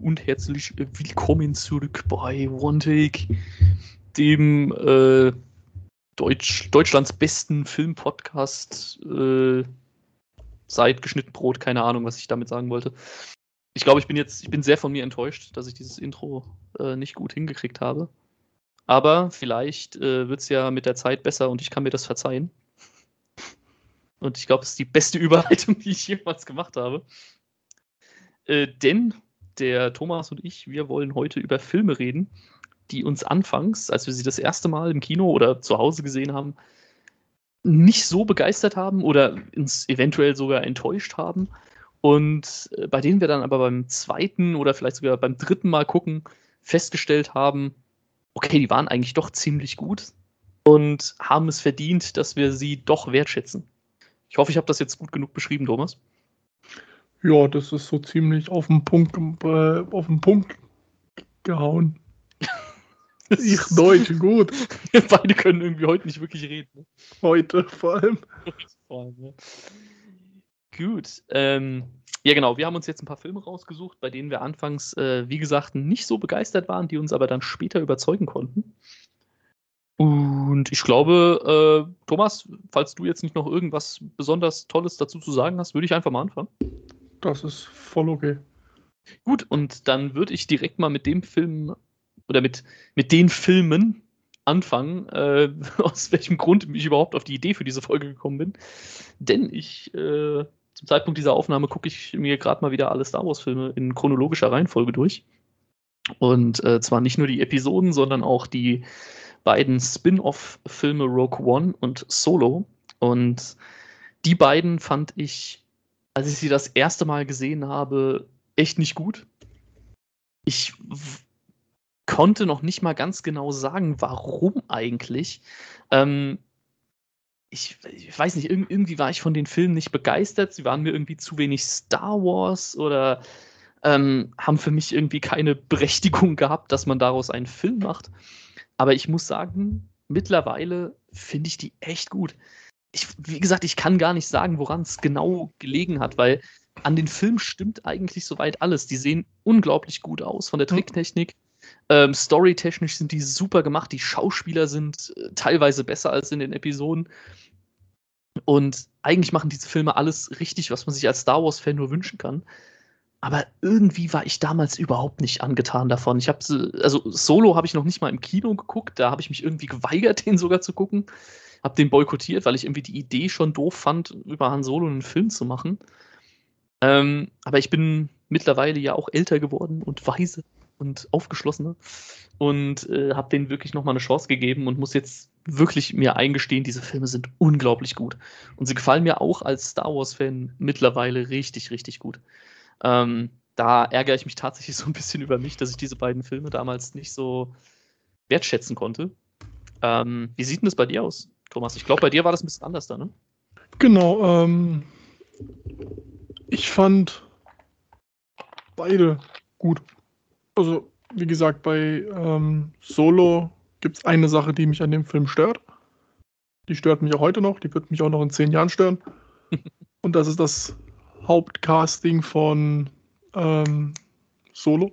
und herzlich willkommen zurück bei One Take, dem Deutschlands besten Filmpodcast seit geschnitten Brot. Keine Ahnung, was ich damit sagen wollte. Ich glaube, ich bin sehr von mir enttäuscht, dass ich dieses Intro nicht gut hingekriegt habe. Aber vielleicht wird es ja mit der Zeit besser und ich kann mir das verzeihen. Und ich glaube, es ist die beste Überleitung, die ich jemals gemacht habe. Denn der Thomas und ich, wir wollen heute über Filme reden, die uns anfangs, als wir sie das erste Mal im Kino oder zu Hause gesehen haben, nicht so begeistert haben oder uns eventuell sogar enttäuscht haben. Und bei denen wir dann aber beim zweiten oder vielleicht sogar beim dritten Mal gucken, festgestellt haben, okay, die waren eigentlich doch ziemlich gut und haben es verdient, dass wir sie doch wertschätzen. Ich hoffe, ich habe das jetzt gut genug beschrieben, Thomas. Ja, das ist so ziemlich auf den Punkt gehauen. Ich Deutsch, gut. Wir beide können irgendwie heute nicht wirklich reden. Ne? Heute vor allem. Ja. Gut. Ja, genau. Wir haben uns jetzt ein paar Filme rausgesucht, bei denen wir anfangs, wie gesagt, nicht so begeistert waren, die uns aber dann später überzeugen konnten. Und ich glaube, Thomas, falls du jetzt nicht noch irgendwas besonders Tolles dazu zu sagen hast, würde ich einfach mal anfangen. Das ist voll okay. Gut, und dann würde ich direkt mal mit dem Film oder mit den Filmen anfangen, aus welchem Grund ich überhaupt auf die Idee für diese Folge gekommen bin. Denn zum Zeitpunkt dieser Aufnahme gucke ich mir gerade mal wieder alle Star Wars-Filme in chronologischer Reihenfolge durch. Und zwar nicht nur die Episoden, sondern auch die beiden Spin-off-Filme Rogue One und Solo. Und die beiden fand ich, als ich sie das erste Mal gesehen habe, echt nicht gut. Ich konnte noch nicht mal ganz genau sagen, warum eigentlich. Ich weiß nicht, irgendwie war ich von den Filmen nicht begeistert. Sie waren mir irgendwie zu wenig Star Wars oder haben für mich irgendwie keine Berechtigung gehabt, dass man daraus einen Film macht. Aber ich muss sagen, mittlerweile finde ich die echt gut. Wie gesagt, ich kann gar nicht sagen, woran es genau gelegen hat, weil an den Film stimmt eigentlich soweit alles. Die sehen unglaublich gut aus von der Tricktechnik. Storytechnisch sind die super gemacht. Die Schauspieler sind teilweise besser als in den Episoden. Und eigentlich machen diese Filme alles richtig, was man sich als Star Wars-Fan nur wünschen kann. Aber irgendwie war ich damals überhaupt nicht angetan davon. Solo habe ich noch nicht mal im Kino geguckt. Da habe ich mich irgendwie geweigert, den sogar zu gucken. Habe den boykottiert, weil ich irgendwie die Idee schon doof fand, über Han Solo einen Film zu machen. Aber ich bin mittlerweile ja auch älter geworden und weise und aufgeschlossener und habe denen wirklich nochmal eine Chance gegeben und muss jetzt wirklich mir eingestehen, diese Filme sind unglaublich gut. Und sie gefallen mir auch als Star Wars-Fan mittlerweile richtig, richtig gut. Da ärgere ich mich tatsächlich so ein bisschen über mich, dass ich diese beiden Filme damals nicht so wertschätzen konnte. Wie sieht denn das bei dir aus, Thomas? Ich glaube, bei dir war das ein bisschen anders da, ne? Genau, ich fand beide gut. Also, wie gesagt, bei Solo gibt es eine Sache, die mich an dem Film stört. Die stört mich auch heute noch, die wird mich auch noch in 10 Jahren stören. Und das ist das Hauptcasting von Solo.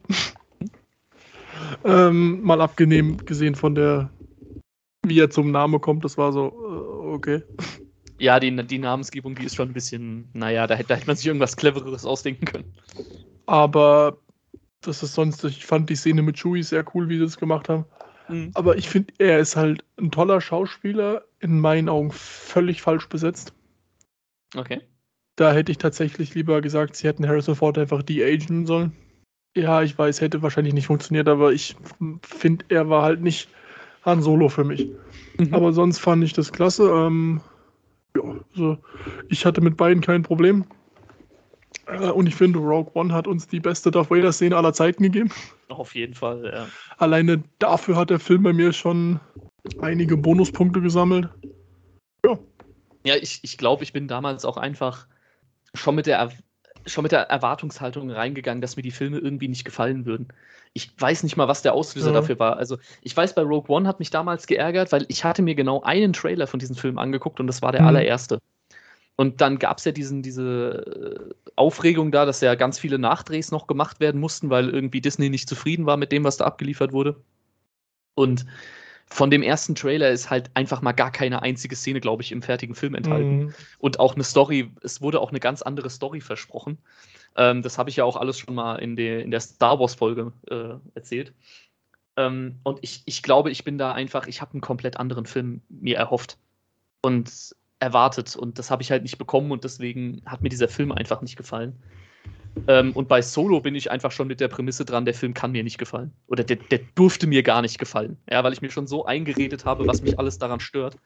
Mal abgesehen von der, wie er zum Namen kommt, das war so, okay. Ja, die Namensgebung, die ist schon ein bisschen, naja, da hätte man sich irgendwas Clevereres ausdenken können. Aber das ist sonst, ich fand die Szene mit Chewie sehr cool, wie sie das gemacht haben. Mhm. Aber ich finde, er ist halt ein toller Schauspieler, in meinen Augen völlig falsch besetzt. Okay. Da hätte ich tatsächlich lieber gesagt, sie hätten Harrison Ford einfach de-agen sollen. Ja, ich weiß, hätte wahrscheinlich nicht funktioniert, aber ich finde, er war halt nicht Han Solo für mich. Mhm. Aber sonst fand ich das klasse. Ja, also ich hatte mit beiden kein Problem. Und ich finde, Rogue One hat uns die beste Darth Vader-Szene aller Zeiten gegeben. Auf jeden Fall, ja. Alleine dafür hat der Film bei mir schon einige Bonuspunkte gesammelt. Ja. Ja, ich glaube, ich bin damals auch einfach schon mit der Erwartungshaltung reingegangen, dass mir die Filme irgendwie nicht gefallen würden. Ich weiß nicht mal, was der Auslöser dafür war. Also ich weiß, bei Rogue One hat mich damals geärgert, weil ich hatte mir genau einen Trailer von diesem Film angeguckt und das war der allererste. Und dann gab es ja diese Aufregung da, dass ja ganz viele Nachdrehs noch gemacht werden mussten, weil irgendwie Disney nicht zufrieden war mit dem, was da abgeliefert wurde. Und von dem ersten Trailer ist halt einfach mal gar keine einzige Szene, glaube ich, im fertigen Film enthalten. Und auch eine Story, es wurde auch eine ganz andere Story versprochen. Das habe ich ja auch alles schon mal in der Star Wars-Folge erzählt. Und ich glaube, ich bin da einfach, ich habe einen komplett anderen Film mir erhofft und erwartet. Und das habe ich halt nicht bekommen und deswegen hat mir dieser Film einfach nicht gefallen. Und bei Solo bin ich einfach schon mit der Prämisse dran, der Film kann mir nicht gefallen. Oder der durfte mir gar nicht gefallen. Ja, weil ich mir schon so eingeredet habe, was mich alles daran stört.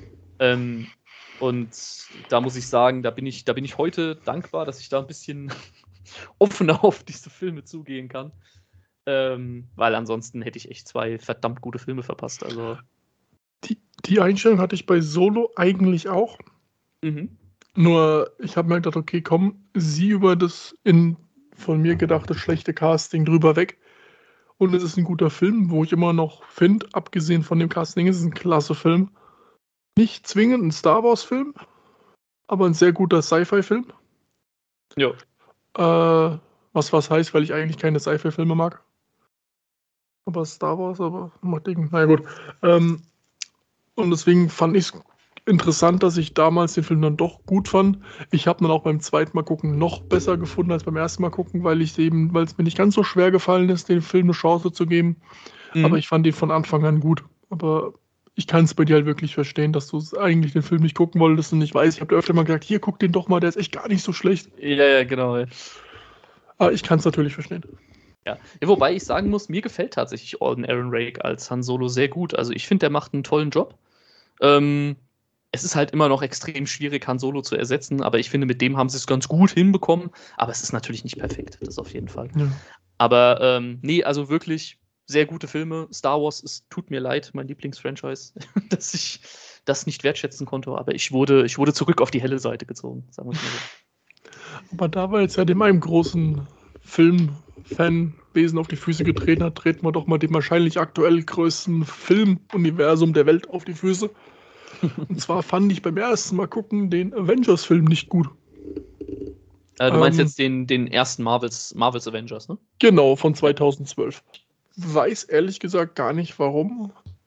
Und da muss ich sagen, da bin ich heute dankbar, dass ich da ein bisschen offener auf diese Filme zugehen kann. Weil ansonsten hätte ich echt 2 verdammt gute Filme verpasst. Also. Die Einstellung hatte ich bei Solo eigentlich auch. Nur, ich habe mir gedacht, okay, komm, sieh über das von mir gedachte schlechte Casting drüber weg. Und es ist ein guter Film, wo ich immer noch finde, abgesehen von dem Casting, ist es ein klasse Film. Nicht zwingend ein Star Wars-Film, aber ein sehr guter Sci-Fi-Film. Ja. Was heißt, weil ich eigentlich keine Sci-Fi-Filme mag. Aber Star Wars, macht Ding. Na gut. Und deswegen fand ich es interessant, dass ich damals den Film dann doch gut fand. Ich habe dann auch beim zweiten Mal gucken noch besser gefunden als beim ersten Mal gucken, weil es mir nicht ganz so schwer gefallen ist, dem Film eine Chance zu geben. Aber ich fand den von Anfang an gut. Aber ich kann es bei dir halt wirklich verstehen, dass du eigentlich den Film nicht gucken wolltest und ich weiß, ich habe dir öfter mal gesagt, hier, guck den doch mal, der ist echt gar nicht so schlecht. Ja, genau. Ja. Aber ich kann es natürlich verstehen. Ja, wobei ich sagen muss, mir gefällt tatsächlich Alden Ehrenreich als Han Solo sehr gut. Also ich finde, der macht einen tollen Job. Es ist halt immer noch extrem schwierig, Han Solo zu ersetzen, aber ich finde, mit dem haben sie es ganz gut hinbekommen. Aber es ist natürlich nicht perfekt, das auf jeden Fall. Ja. Aber nee, also wirklich sehr gute Filme. Star Wars, es tut mir leid, mein Lieblingsfranchise, dass ich das nicht wertschätzen konnte, aber ich wurde zurück auf die helle Seite gezogen, sagen wir es mal so. Aber da wir jetzt ja dem einem großen Filmfanwesen auf die Füße getreten hat, treten wir doch mal dem wahrscheinlich aktuell größten Filmuniversum der Welt auf die Füße. Und zwar fand ich beim ersten Mal gucken den Avengers-Film nicht gut. Du meinst jetzt den ersten Marvels Avengers, ne? Genau, von 2012. Weiß ehrlich gesagt gar nicht, warum.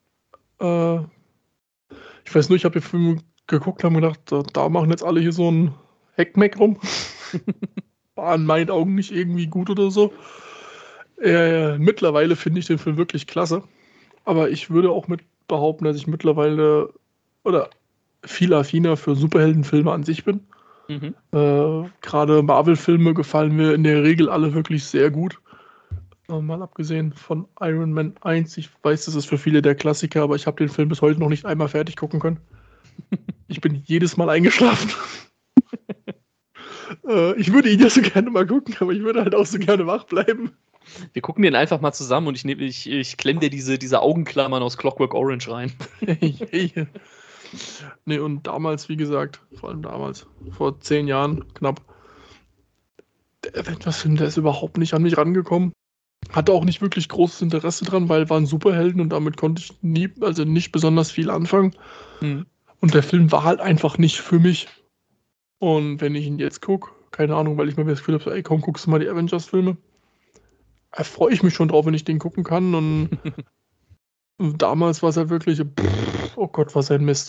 Ich weiß nur, ich habe den Film geguckt und habe gedacht, da machen jetzt alle hier so ein Heckmeck rum. War in meinen Augen nicht irgendwie gut oder so. Mittlerweile finde ich den Film wirklich klasse. Aber ich würde auch behaupten, dass ich mittlerweile oder viel affiner für Superheldenfilme an sich bin. Gerade Marvel-Filme gefallen mir in der Regel alle wirklich sehr gut. Mal abgesehen von Iron Man 1. Ich weiß, das ist für viele der Klassiker, aber ich habe den Film bis heute noch nicht einmal fertig gucken können. Ich bin jedes Mal eingeschlafen. Ich würde ihn ja so gerne mal gucken, aber ich würde halt auch so gerne wach bleiben. Wir gucken den einfach mal zusammen und ich klemme dir diese Augenklammern aus Clockwork Orange rein. Nee, und damals, wie gesagt, vor allem damals, vor 10 Jahren knapp, der Avengers-Film, der ist überhaupt nicht an mich rangekommen. Hatte auch nicht wirklich großes Interesse dran, weil waren Superhelden und damit konnte ich nicht besonders viel anfangen. Und der Film war halt einfach nicht für mich. Und wenn ich ihn jetzt gucke, keine Ahnung, weil ich mir das Gefühl habe, ey komm, guckst du mal die Avengers-Filme. Da freue ich mich schon drauf, wenn ich den gucken kann. Und damals war es halt wirklich, oh Gott, was ein Mist.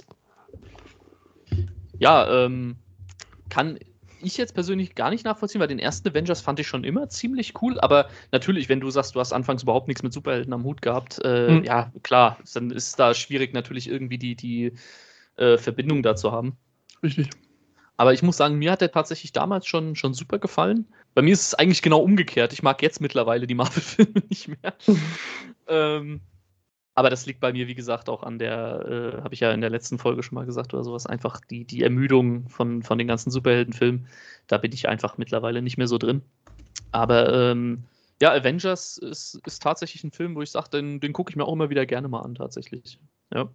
Ja, kann ich jetzt persönlich gar nicht nachvollziehen, weil den ersten Avengers fand ich schon immer ziemlich cool, aber natürlich, wenn du sagst, du hast anfangs überhaupt nichts mit Superhelden am Hut gehabt, ja, klar, dann ist es da schwierig, natürlich irgendwie die Verbindung da zu haben. Richtig. Aber ich muss sagen, mir hat der tatsächlich damals schon super gefallen. Bei mir ist es eigentlich genau umgekehrt. Ich mag jetzt mittlerweile die Marvel-Filme nicht mehr. Aber das liegt bei mir, wie gesagt, auch an der, habe ich ja in der letzten Folge schon mal gesagt oder sowas, einfach die Ermüdung von den ganzen Superheldenfilmen. Da bin ich einfach mittlerweile nicht mehr so drin. Aber ja, Avengers ist tatsächlich ein Film, wo ich sage, den gucke ich mir auch immer wieder gerne mal an, tatsächlich. Ja.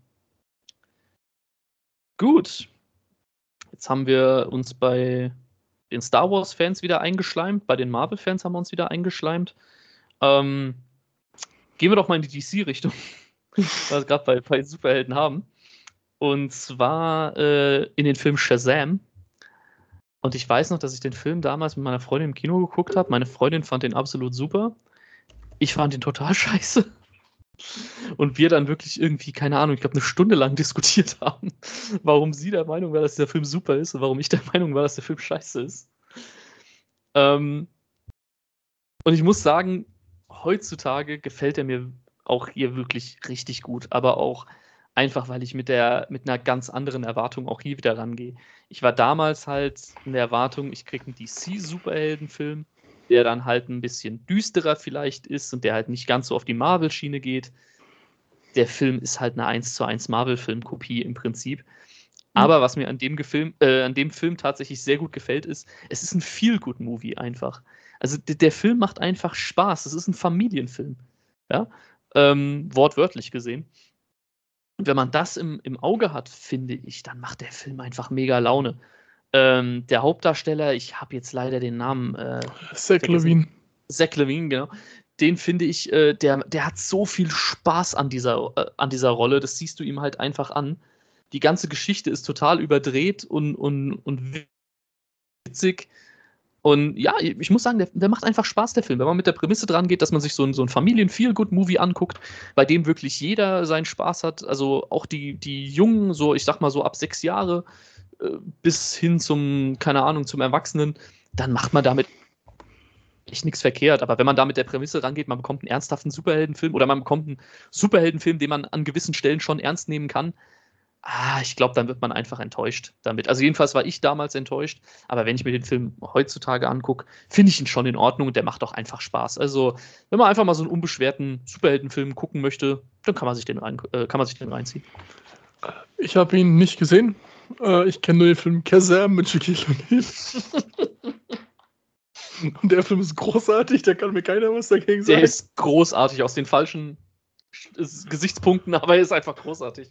Gut. Jetzt haben wir uns bei den Star Wars-Fans wieder eingeschleimt, bei den Marvel-Fans haben wir uns wieder eingeschleimt. Gehen wir doch mal in die DC-Richtung, was wir gerade bei Superhelden haben. Und zwar in den Film Shazam. Und ich weiß noch, dass ich den Film damals mit meiner Freundin im Kino geguckt habe. Meine Freundin fand den absolut super. Ich fand ihn total scheiße. Und wir dann wirklich irgendwie, keine Ahnung, ich glaube, 1 Stunde lang diskutiert haben, warum sie der Meinung war, dass der Film super ist und warum ich der Meinung war, dass der Film scheiße ist. Und ich muss sagen, heutzutage gefällt er mir auch hier wirklich richtig gut, aber auch einfach, weil ich mit einer ganz anderen Erwartung auch hier wieder rangehe. Ich war damals halt in der Erwartung, ich kriege einen DC-Superheldenfilm, der dann halt ein bisschen düsterer vielleicht ist und der halt nicht ganz so auf die Marvel-Schiene geht. Der Film ist halt eine 1:1 Marvel-Film-Kopie im Prinzip. Aber was mir an dem Film tatsächlich sehr gut gefällt, ist, es ist ein Feel-Good-Movie einfach. Also der Film macht einfach Spaß. Es ist ein Familienfilm. Ja? Wortwörtlich gesehen. Und wenn man das im Auge hat, finde ich, dann macht der Film einfach mega Laune. Der Hauptdarsteller, ich habe jetzt leider den Namen Zach Levine. Zach Levine, genau. Den finde ich, der hat so viel Spaß an dieser Rolle. Das siehst du ihm halt einfach an. Die ganze Geschichte ist total überdreht und witzig. Und ja, ich muss sagen, der macht einfach Spaß, der Film. Wenn man mit der Prämisse dran geht, dass man sich so ein Familien-Feel-Good-Movie anguckt, bei dem wirklich jeder seinen Spaß hat, also auch die Jungen, so ich sag mal so ab 6 Jahre bis hin zum, keine Ahnung, zum Erwachsenen, dann macht man damit echt nichts verkehrt. Aber wenn man da mit der Prämisse rangeht, man bekommt einen ernsthaften Superheldenfilm oder man bekommt einen Superheldenfilm, den man an gewissen Stellen schon ernst nehmen kann, ich glaube, dann wird man einfach enttäuscht damit. Also jedenfalls war ich damals enttäuscht, aber wenn ich mir den Film heutzutage angucke, finde ich ihn schon in Ordnung und der macht auch einfach Spaß. Also wenn man einfach mal so einen unbeschwerten Superheldenfilm gucken möchte, dann kann man sich den reinziehen. Ich habe ihn nicht gesehen. Ich kenne nur den Film Kazam mit Shaquille O'Neal. Und der Film ist großartig, da kann mir keiner was dagegen sagen. Der ist großartig aus den falschen Gesichtspunkten, aber er ist einfach großartig.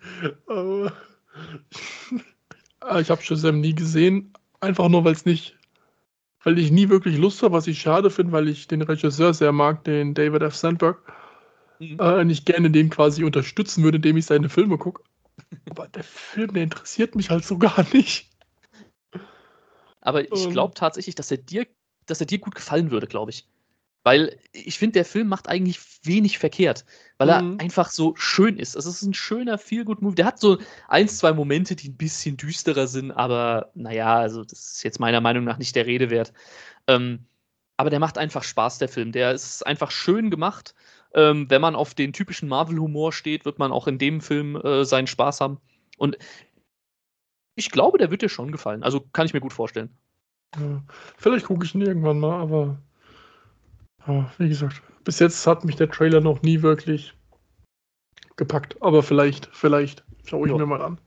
Ich habe Shazam nie gesehen, einfach nur, weil ich nie wirklich Lust habe, was ich schade finde, weil ich den Regisseur sehr mag, den David F. Sandberg, und ich gerne den quasi unterstützen würde, indem ich seine Filme gucke. Aber der Film, der interessiert mich halt so gar nicht. Aber ich glaube tatsächlich, dass er dir gut gefallen würde, glaube ich. Weil ich finde, der Film macht eigentlich wenig verkehrt, weil er einfach so schön ist. Es ist ein schöner Feel-Good-Movie. Der hat so 1, 2 Momente, die ein bisschen düsterer sind, aber naja, also das ist jetzt meiner Meinung nach nicht der Rede wert. Aber der macht einfach Spaß, der Film. Der ist einfach schön gemacht. Wenn man auf den typischen Marvel-Humor steht, wird man auch in dem Film seinen Spaß haben. Und ich glaube, der wird dir schon gefallen. Also kann ich mir gut vorstellen. Ja, vielleicht gucke ich ihn irgendwann mal, aber wie gesagt, bis jetzt hat mich der Trailer noch nie wirklich gepackt. Aber vielleicht schaue ich mir mal an.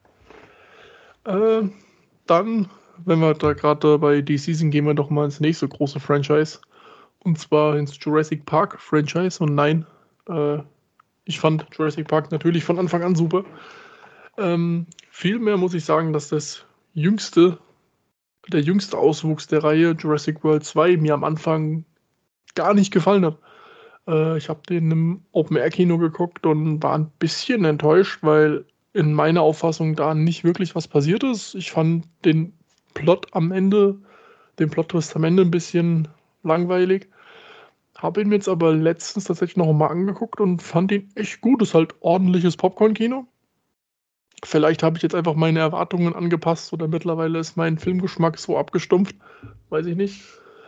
Dann, wenn wir da gerade bei DC sind, gehen wir doch mal ins nächste große Franchise. Und zwar ins Jurassic Park Franchise. Und nein, ich fand Jurassic Park natürlich von Anfang an super. Vielmehr muss ich sagen, dass der jüngste Auswuchs der Reihe, Jurassic World 2, mir am Anfang gar nicht gefallen hat. Ich habe den im Open-Air-Kino geguckt und war ein bisschen enttäuscht, weil in meiner Auffassung da nicht wirklich was passiert ist. Ich fand den Plot-Twist am Ende ein bisschen langweilig. Habe ihn mir jetzt aber letztens tatsächlich noch mal angeguckt und fand ihn echt gut. Ist halt ordentliches Popcorn-Kino. Vielleicht habe ich jetzt einfach meine Erwartungen angepasst oder mittlerweile ist mein Filmgeschmack so abgestumpft. Weiß ich nicht.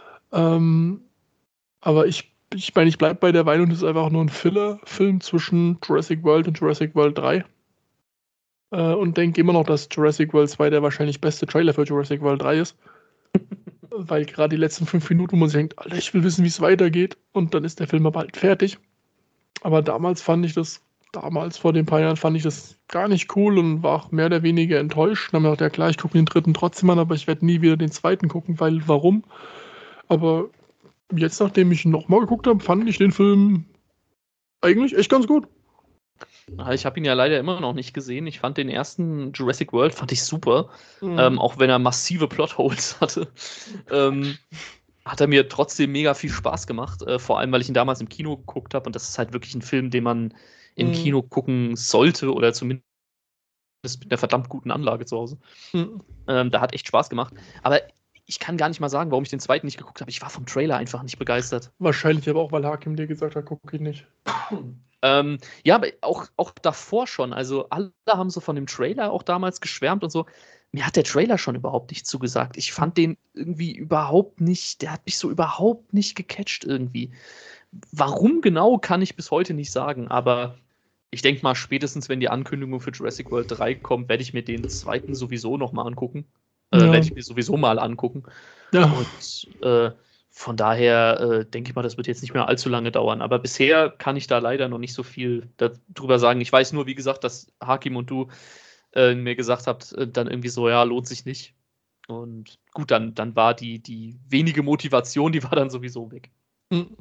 Aber ich meine, ich bleibe bei der Meinung, das ist einfach nur ein Filler-Film zwischen Jurassic World und Jurassic World 3. Und denke immer noch, dass Jurassic World 2 der wahrscheinlich beste Trailer für Jurassic World 3 ist. Weil gerade die letzten 5 Minuten, wo man sich denkt, Alter, ich will wissen, wie es weitergeht. Und dann ist der Film aber halt fertig. Aber vor den paar Jahren fand ich das gar nicht cool und war auch mehr oder weniger enttäuscht. Dann habe ich gedacht, ja klar, ich gucke den 3. trotzdem an, aber ich werde nie wieder den 2. gucken, weil warum? Aber jetzt, nachdem ich ihn nochmal geguckt habe, fand ich den Film eigentlich echt ganz gut. Ich habe ihn ja leider immer noch nicht gesehen. Ich fand den ersten Jurassic World fand ich super, auch wenn er massive Plotholes hatte. Hat er mir trotzdem mega viel Spaß gemacht, vor allem, weil ich ihn damals im Kino geguckt habe und das ist halt wirklich ein Film, den man im Kino gucken sollte oder zumindest mit einer verdammt guten Anlage zu Hause. Da hat echt Spaß gemacht. Aber ich kann gar nicht mal sagen, warum ich den zweiten nicht geguckt habe. Ich war vom Trailer einfach nicht begeistert. Wahrscheinlich aber auch, weil Hakim dir gesagt hat, guck ihn nicht. Ja, aber auch davor schon. Also alle haben so von dem Trailer auch damals geschwärmt und so. Mir hat der Trailer schon überhaupt nicht zugesagt. Ich fand den irgendwie überhaupt nicht, der hat mich so überhaupt nicht gecatcht irgendwie. Warum genau, kann ich bis heute nicht sagen, aber ich denke mal, spätestens wenn die Ankündigung für Jurassic World 3 kommt, werde ich mir den zweiten sowieso nochmal angucken. Werde ich mir sowieso mal angucken. Ja. Und von daher denke ich mal, das wird jetzt nicht mehr allzu lange dauern. Aber bisher kann ich da leider noch nicht so viel darüber sagen. Ich weiß nur, wie gesagt, dass Hakim und du mir gesagt habt, dann irgendwie so, ja, lohnt sich nicht. Und gut, dann war die wenige Motivation, die war dann sowieso weg. Mhm.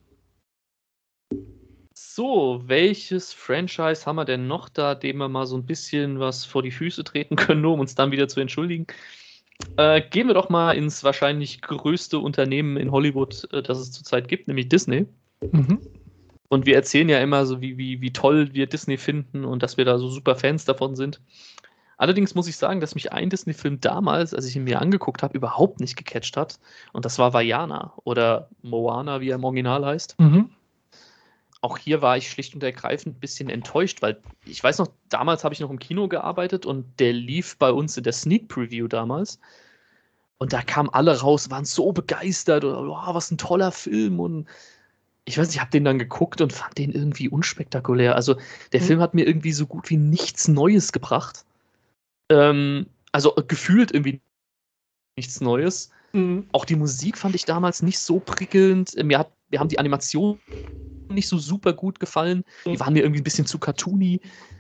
So, welches Franchise haben wir denn noch da, dem wir mal so ein bisschen was vor die Füße treten können, nur um uns dann wieder zu entschuldigen? Gehen wir doch mal ins wahrscheinlich größte Unternehmen in Hollywood, das es zurzeit gibt, nämlich Disney. Mhm. Und wir erzählen ja immer so, wie toll wir Disney finden und dass wir da so super Fans davon sind. Allerdings muss ich sagen, dass mich ein Disney-Film damals, als ich ihn mir angeguckt habe, überhaupt nicht gecatcht hat. Und das war Vaiana oder Moana, wie er im Original heißt. Mhm. Auch hier war ich schlicht und ergreifend ein bisschen enttäuscht, weil ich weiß noch, damals habe ich noch im Kino gearbeitet und der lief bei uns in der Sneak Preview damals. Und da kamen alle raus, waren so begeistert und wow, was ein toller Film. Und ich weiß nicht, ich habe den dann geguckt und fand den irgendwie unspektakulär. Also der Film hat mir irgendwie so gut wie nichts Neues gebracht. Also gefühlt irgendwie nichts Neues. Mhm. Auch die Musik fand ich damals nicht so prickelnd. Mir haben die Animationen nicht so super gut gefallen. Die waren mir irgendwie ein bisschen zu cartoony.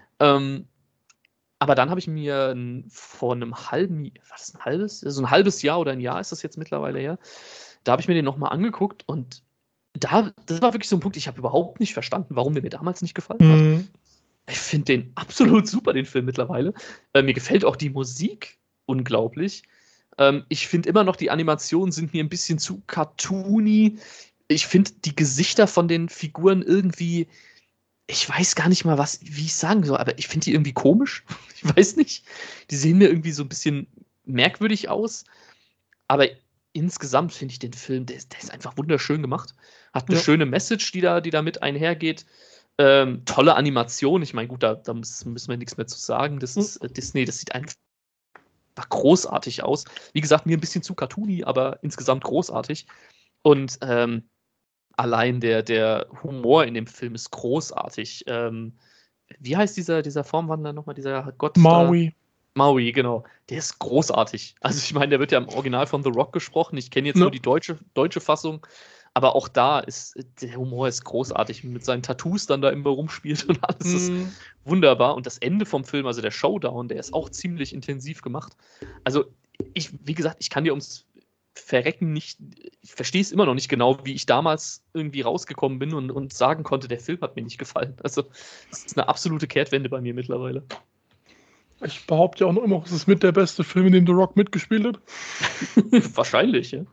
Aber dann habe ich mir vor einem halben, was ist ein halbes? So ein halbes Jahr oder ein Jahr ist das jetzt mittlerweile her. Da habe ich mir den nochmal angeguckt und das war wirklich so ein Punkt, ich habe überhaupt nicht verstanden, warum der mir damals nicht gefallen hat. Mhm. Ich finde den absolut super, den Film mittlerweile. Mir gefällt auch die Musik unglaublich. Ich finde immer noch, die Animationen sind mir ein bisschen zu cartoony. Ich finde die Gesichter von den Figuren irgendwie, ich weiß gar nicht mal, wie ich sagen soll, aber ich finde die irgendwie komisch. Ich weiß nicht. Die sehen mir irgendwie so ein bisschen merkwürdig aus. Aber insgesamt finde ich den Film, der ist einfach wunderschön gemacht. Hat eine schöne Message, die da mit einhergeht. Tolle Animation. Ich meine, gut, da müssen wir nichts mehr zu sagen. Das ist Disney, das sieht einfach großartig aus. Wie gesagt, mir ein bisschen zu cartoony, aber insgesamt großartig. Und allein der Humor in dem Film ist großartig. Wie heißt dieser Formwandler nochmal, dieser Gott? Maui. Maui, genau. Der ist großartig. Also ich meine, der wird ja im Original von The Rock gesprochen. Ich kenne jetzt nur die deutsche Fassung. Aber auch da ist der Humor ist großartig, mit seinen Tattoos dann da immer rumspielt und alles ist wunderbar. Und das Ende vom Film, also der Showdown, der ist auch ziemlich intensiv gemacht. Also wie gesagt, ich kann dir ums Verrecken nicht, ich verstehe es immer noch nicht genau, wie ich damals irgendwie rausgekommen bin und sagen konnte, der Film hat mir nicht gefallen. Also das ist eine absolute Kehrtwende bei mir mittlerweile. Ich behaupte ja auch noch immer, es ist mit der beste Film, in dem The Rock mitgespielt hat. Wahrscheinlich, ja.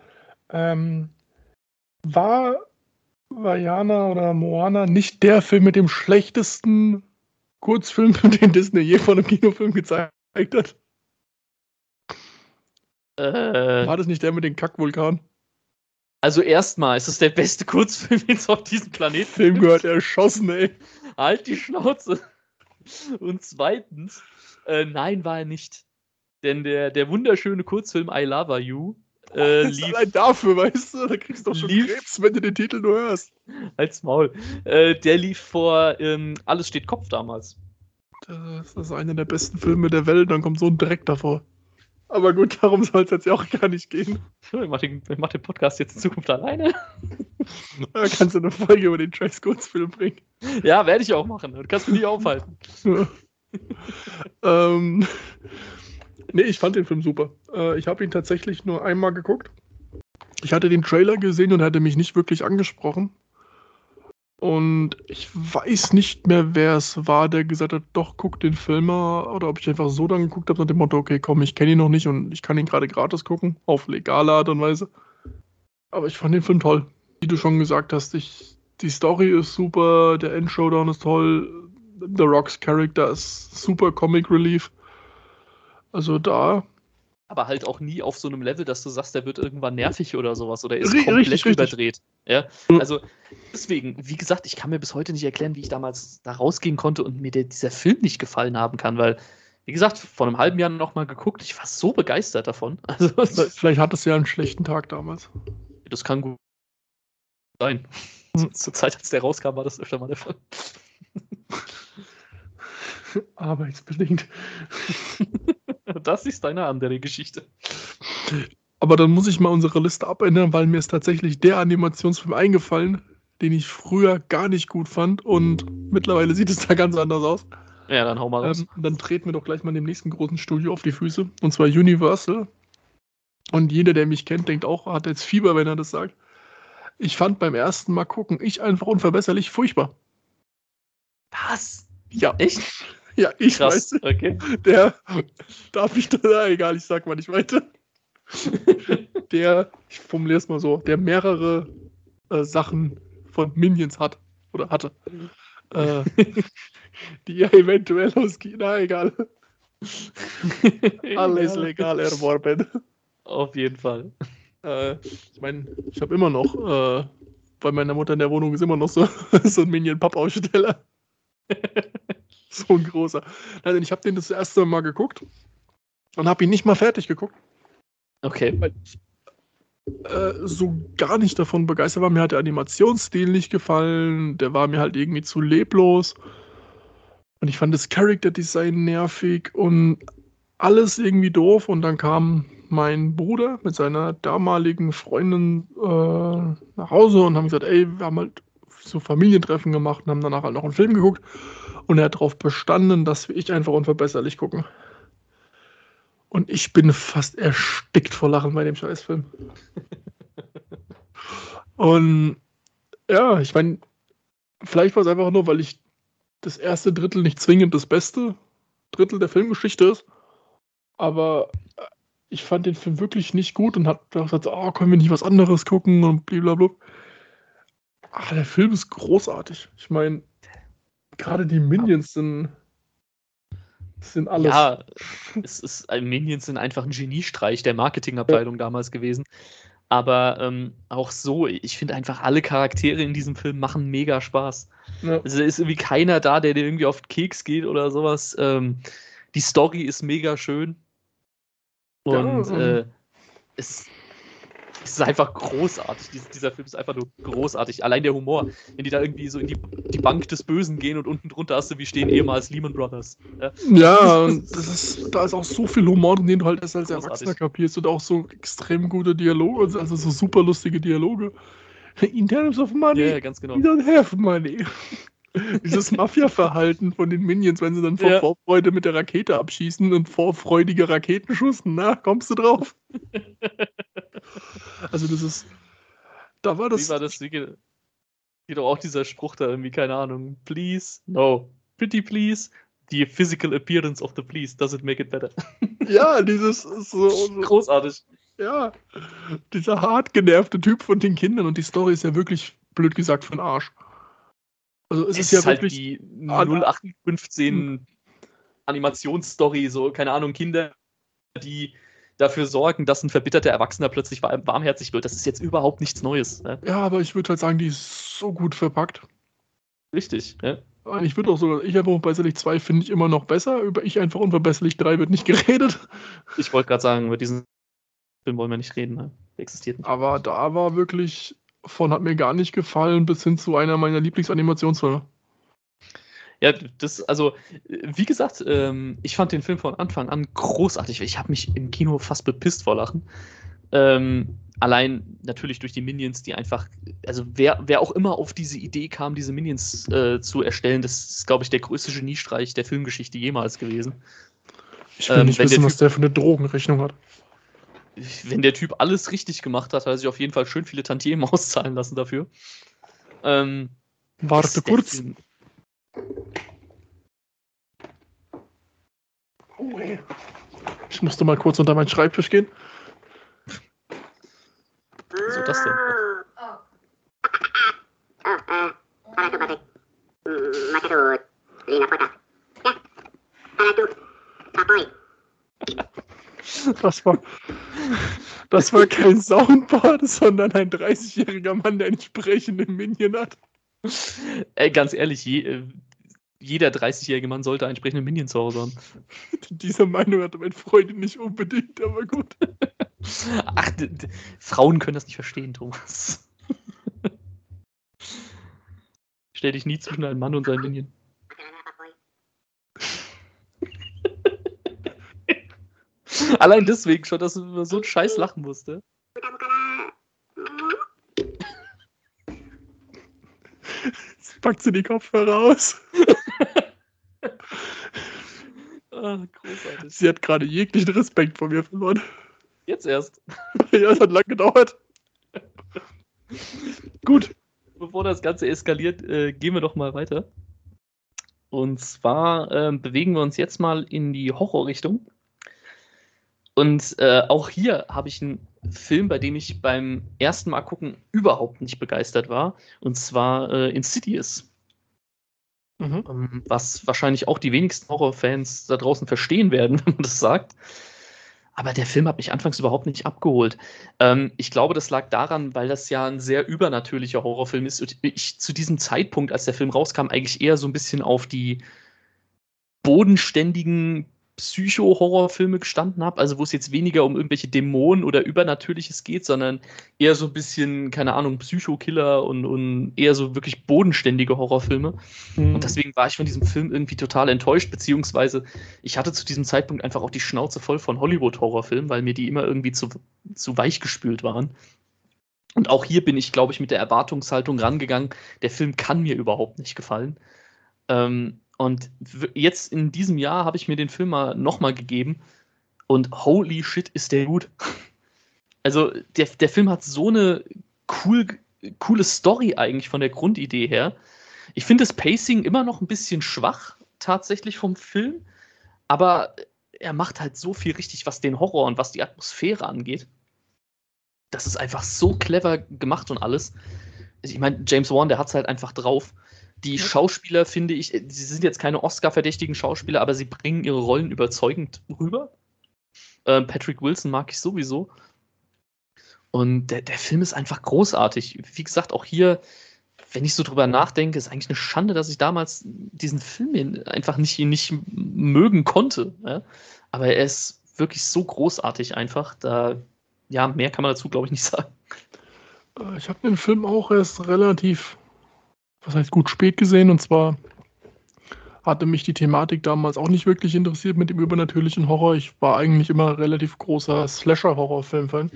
War Vaiana oder Moana nicht der Film mit dem schlechtesten Kurzfilm, den Disney je von einem Kinofilm gezeigt hat? War das nicht der mit dem Kackvulkan? Also erstmal ist es der beste Kurzfilm jetzt auf diesem Planeten. Film gehört erschossen, ey. Halt die Schnauze. Und zweitens, nein, war er nicht. Denn der wunderschöne Kurzfilm I Love You lief. Allein dafür, weißt du, da kriegst du doch schon Krebs, wenn du den Titel nur hörst. Halt's Maul. Der lief vor Alles steht Kopf damals. Das ist einer der besten Filme der Welt, dann kommt so ein Dreck davor. Aber gut, darum soll es jetzt ja auch gar nicht gehen. Ich mach den Podcast jetzt in Zukunft alleine. Da kannst du eine Folge über den Trace-Kurzfilm bringen. Ja, werde ich auch machen. Du kannst mich nicht aufhalten. Nee, ich fand den Film super. Ich habe ihn tatsächlich nur einmal geguckt. Ich hatte den Trailer gesehen und hatte mich nicht wirklich angesprochen. Und ich weiß nicht mehr, wer es war, der gesagt hat, doch, guck den Film mal. Oder ob ich einfach so dann geguckt habe, nach dem Motto, okay, komm, ich kenne ihn noch nicht und ich kann ihn gerade gratis gucken, auf legale Art und Weise. Aber ich fand den Film toll. Wie du schon gesagt hast, die Story ist super, der Endshowdown ist toll, The Rock's Charakter ist super Comic Relief. Also da aber halt auch nie auf so einem Level, dass du sagst, der wird irgendwann nervig oder sowas oder ist Richtig, komplett richtig. überdreht. Ja? Also deswegen, wie gesagt, ich kann mir bis heute nicht erklären, wie ich damals da rausgehen konnte und mir dieser Film nicht gefallen haben kann, weil, wie gesagt, vor einem halben Jahr noch mal geguckt, ich war so begeistert davon. Also, Vielleicht hattest du ja einen schlechten Tag damals. das kann gut sein. Zur Zeit, als der rauskam, war das öfter mal der Fall. Arbeitsbedingt. Das ist eine andere Geschichte. Aber dann muss ich mal unsere Liste abändern, weil mir ist tatsächlich der Animationsfilm eingefallen, den ich früher gar nicht gut fand und mittlerweile sieht es da ganz anders aus. Ja, dann hau mal raus. Dann treten wir doch gleich mal dem nächsten großen Studio auf die Füße, und zwar Universal. Und jeder, der mich kennt, denkt auch, hat jetzt Fieber, wenn er das sagt. Ich fand beim ersten Mal gucken, Ich einfach unverbesserlich furchtbar. Was? Ja. Echt? Ja, ich Krass. weiß. Okay. Der darf ich da, egal, ich sag mal nicht weiter. Ich formuliere es mal so, der mehrere Sachen von Minions hat oder hatte. Die er eventuell aus China, egal. Alles Ja. legal erworben. Auf jeden Fall. Ich meine, ich habe immer noch, bei meiner Mutter in der Wohnung ist immer noch so ein Minion-Pappaussteller. So ein großer. Nein, ich habe den das erste Mal geguckt und habe ihn nicht mal fertig geguckt. Okay. Weil ich so gar nicht davon begeistert war. Mir hat der Animationsstil nicht gefallen. Der war mir halt irgendwie zu leblos. Und ich fand das Character Design nervig und alles irgendwie doof. Und dann kam mein Bruder mit seiner damaligen Freundin nach Hause und haben gesagt, ey, wir haben halt so Familientreffen gemacht und haben danach halt noch einen Film geguckt. Und er hat darauf bestanden, dass wir Ich einfach unverbesserlich gucken. Und ich bin fast erstickt vor Lachen bei dem Scheißfilm. Und ja, ich meine, vielleicht war es einfach nur, weil ich das erste Drittel nicht zwingend das beste Drittel der Filmgeschichte ist. Aber ich fand den Film wirklich nicht gut und hab gesagt, oh, können wir nicht was anderes gucken und blablabla. Der Film ist großartig. Ich meine, gerade die Minions sind alles. Ja, Minions sind einfach ein Geniestreich der Marketingabteilung damals gewesen. Aber auch so, ich finde einfach alle Charaktere in diesem Film machen mega Spaß. Ja. Also da ist irgendwie keiner da, der dir irgendwie auf den Keks geht oder sowas. Die Story ist mega schön. Und es ist einfach großartig. Dieser Film ist einfach nur großartig. Allein der Humor. Wenn die da irgendwie so in die Bank des Bösen gehen und unten drunter hast du, wie stehen ehemals Lehman Brothers. Ja, und da ist auch so viel Humor, den du halt erst als Großartig. Erwachsener kapierst und auch so extrem gute Dialoge, also so super lustige Dialoge. In terms of money, Ja, ganz genau. we don't have money. Dieses Mafia-Verhalten von den Minions, wenn sie dann vor Vorfreude mit der Rakete abschießen und vorfreudige Raketenschuss, na, kommst du drauf? Also das ist, da war das... Wie war das? Geht doch auch dieser Spruch da irgendwie, keine Ahnung. Please, no. Pretty please. The physical appearance of the please doesn't make it better. Ja, dieses so großartig. Ja, dieser hart genervte Typ von den Kindern und die Story ist ja wirklich, blöd gesagt, für den Arsch. Also es ist ja halt wirklich die 0815 Animationsstory, so, keine Ahnung, Kinder, die dafür sorgen, dass ein verbitterter Erwachsener plötzlich warmherzig wird. Das ist jetzt überhaupt nichts Neues. Ne? Ja, aber ich würde halt sagen, die ist so gut verpackt. Richtig, ja. Ich würde auch sogar, Ich einfach unverbesserlich 2 finde ich immer noch besser. Über Ich einfach unverbesserlich 3 wird nicht geredet. Ich wollte gerade sagen, über diesen Film wollen wir nicht reden. Ne? Der existiert nicht. Aber da war wirklich, hat mir gar nicht gefallen, bis hin zu einer meiner Lieblingsanimationsfilme. Ja, wie gesagt, ich fand den Film von Anfang an großartig. Ich habe mich im Kino fast bepisst vor Lachen. Allein natürlich durch die Minions, die einfach, also wer auch immer auf diese Idee kam, diese Minions zu erstellen, das ist, glaube ich, der größte Geniestreich der Filmgeschichte jemals gewesen. Ich will nicht wissen, was der für eine Drogenrechnung hat. Wenn der Typ alles richtig gemacht hat, hat er sich auf jeden Fall schön viele Tantiemen auszahlen lassen dafür. Warte kurz. Oh, ey. Ich musste mal kurz unter meinen Schreibtisch gehen. Wieso das denn? Das war kein Soundboard, sondern ein 30-jähriger Mann, der einen sprechenden Minion hat. Ganz ehrlich, jeder 30-jährige Mann sollte einen sprechenden Minion zu Hause haben. Diese Meinung hatte mein Freund nicht unbedingt, aber gut. Ach, Frauen können das nicht verstehen, Thomas. Stell dich nie zwischen einen Mann und seinen Minion. Allein deswegen schon, dass du über so einen Scheiß lachen musst. Jetzt packt sie die Kopfhörer aus. Großartig. Sie hat gerade jeglichen Respekt vor mir verloren. Jetzt erst. Ja, es hat lang gedauert. Gut. Bevor das Ganze eskaliert, gehen wir doch mal weiter. Und zwar bewegen wir uns jetzt mal in die Horrorrichtung. Und auch hier habe ich einen Film, bei dem ich beim ersten Mal gucken überhaupt nicht begeistert war. Und zwar Insidious. Was wahrscheinlich auch die wenigsten Horrorfans da draußen verstehen werden, wenn man das sagt. Aber der Film hat mich anfangs überhaupt nicht abgeholt. Ich glaube, das lag daran, weil das ja ein sehr übernatürlicher Horrorfilm ist. Und ich zu diesem Zeitpunkt, als der Film rauskam, eigentlich eher so ein bisschen auf die bodenständigen Psycho-Horrorfilme gestanden habe, also wo es jetzt weniger um irgendwelche Dämonen oder Übernatürliches geht, sondern eher so ein bisschen, keine Ahnung, Psycho-Killer und eher so wirklich bodenständige Horrorfilme. Und deswegen war ich von diesem Film irgendwie total enttäuscht, beziehungsweise ich hatte zu diesem Zeitpunkt einfach auch die Schnauze voll von Hollywood-Horrorfilmen, weil mir die immer irgendwie zu weich gespült waren. Und auch hier bin ich, glaube ich, mit der Erwartungshaltung rangegangen, der Film kann mir überhaupt nicht gefallen. Und jetzt in diesem Jahr habe ich mir den Film mal nochmal gegeben und holy shit, ist der gut. Also der Film hat so eine coole Story eigentlich von der Grundidee her. Ich finde das Pacing immer noch ein bisschen schwach tatsächlich vom Film, aber er macht halt so viel richtig, was den Horror und was die Atmosphäre angeht. Das ist einfach so clever gemacht und alles. Ich meine, James Wan, der hat es halt einfach drauf. Die Schauspieler, finde ich, sie sind jetzt keine Oscar-verdächtigen Schauspieler, aber sie bringen ihre Rollen überzeugend rüber. Patrick Wilson mag ich sowieso. Und der Film ist einfach großartig. Wie gesagt, auch hier, wenn ich so drüber nachdenke, ist eigentlich eine Schande, dass ich damals diesen Film einfach nicht mögen konnte. Ja? Aber er ist wirklich so großartig einfach. Ja, mehr kann man dazu, glaube ich, nicht sagen. Ich habe den Film auch erst relativ, was heißt gut spät gesehen, und zwar hatte mich die Thematik damals auch nicht wirklich interessiert mit dem übernatürlichen Horror. Ich war eigentlich immer relativ großer Slasher-Horror-Film-Fan.